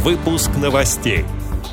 Выпуск новостей.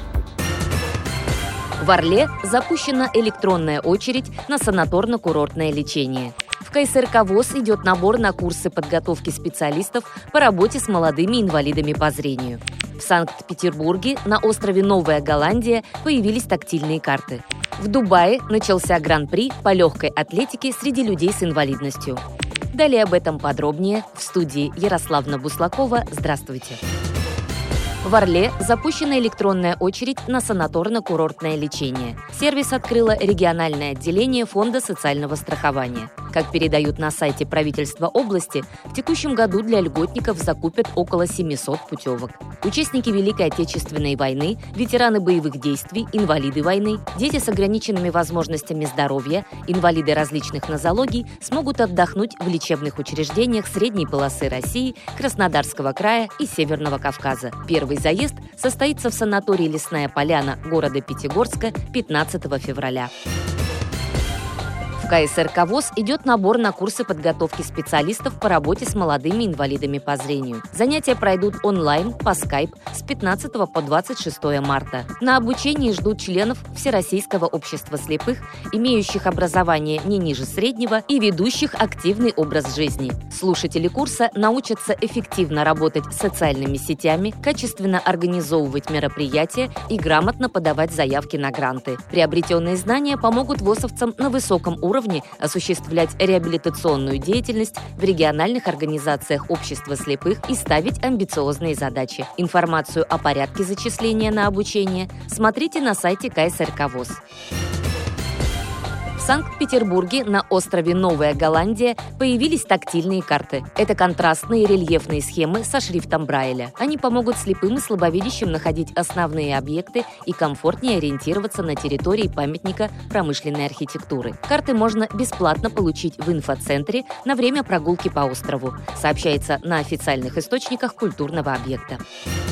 В Орле запущена электронная очередь на санаторно-курортное лечение. В КСРК ВОС идет набор на курсы подготовки специалистов по работе с молодыми инвалидами по зрению. В Санкт-Петербурге на острове Новая Голландия появились тактильные карты. В Дубае начался гран-при по легкой атлетике среди людей с инвалидностью. Далее об этом подробнее в студии Ярославна Буслакова. Здравствуйте! В Орле запущена электронная очередь на санаторно-курортное лечение. Сервис открыло региональное отделение Фонда социального страхования. Как передают на сайте правительства области, в текущем году для льготников закупят около 700 путевок. Участники Великой Отечественной войны, ветераны боевых действий, инвалиды войны, дети с ограниченными возможностями здоровья, инвалиды различных нозологий смогут отдохнуть в лечебных учреждениях средней полосы России, Краснодарского края и Северного Кавказа. Первый заезд состоится в санатории «Лесная поляна» города Пятигорска 15 февраля. В КСРК ВОС идет набор на курсы подготовки специалистов по работе с молодыми инвалидами по зрению. Занятия пройдут онлайн по Skype с 15 по 26 марта. На обучении ждут членов Всероссийского общества слепых, имеющих образование не ниже среднего и ведущих активный образ жизни. Слушатели курса научатся эффективно работать с социальными сетями, качественно организовывать мероприятия и грамотно подавать заявки на гранты. Приобретенные знания помогут ВОСовцам на высоком уровне осуществлять реабилитационную деятельность в региональных организациях общества слепых и ставить амбициозные задачи. Информацию о порядке зачисления на обучение смотрите на сайте КСРК ВОС. В Санкт-Петербурге на острове Новая Голландия появились тактильные карты. Это контрастные рельефные схемы со шрифтом Брайля. Они помогут слепым и слабовидящим находить основные объекты и комфортнее ориентироваться на территории памятника промышленной архитектуры. Карты можно бесплатно получить в инфоцентре на время прогулки по острову, сообщается на официальных источниках культурного объекта.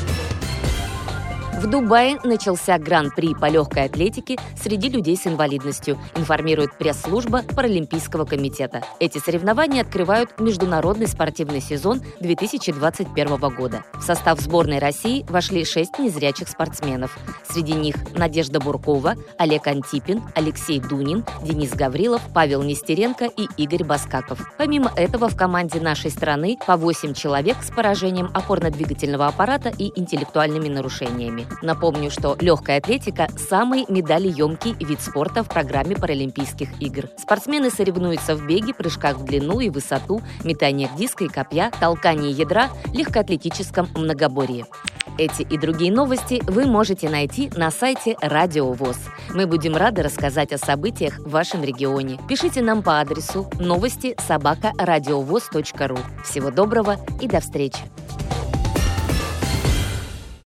В Дубае начался гран-при по легкой атлетике среди людей с инвалидностью, информирует пресс-служба Паралимпийского комитета. Эти соревнования открывают международный спортивный сезон 2021 года. В состав сборной России вошли 6 незрячих спортсменов. Среди них Надежда Буркова, Олег Антипин, Алексей Дунин, Денис Гаврилов, Павел Нестеренко и Игорь Баскаков. Помимо этого в команде нашей страны по 8 человек с поражением опорно-двигательного аппарата и интеллектуальными нарушениями. Напомню, что легкая атлетика – самый медалеемкий вид спорта в программе Паралимпийских игр. Спортсмены соревнуются в беге, прыжках в длину и высоту, метаниях диска и копья, толкании ядра, легкоатлетическом многоборье. Эти и другие новости вы можете найти на сайте Радио ВОС. Мы будем рады рассказать о событиях в вашем регионе. Пишите нам по адресу новости@радиовос.ру. Всего доброго и до встречи!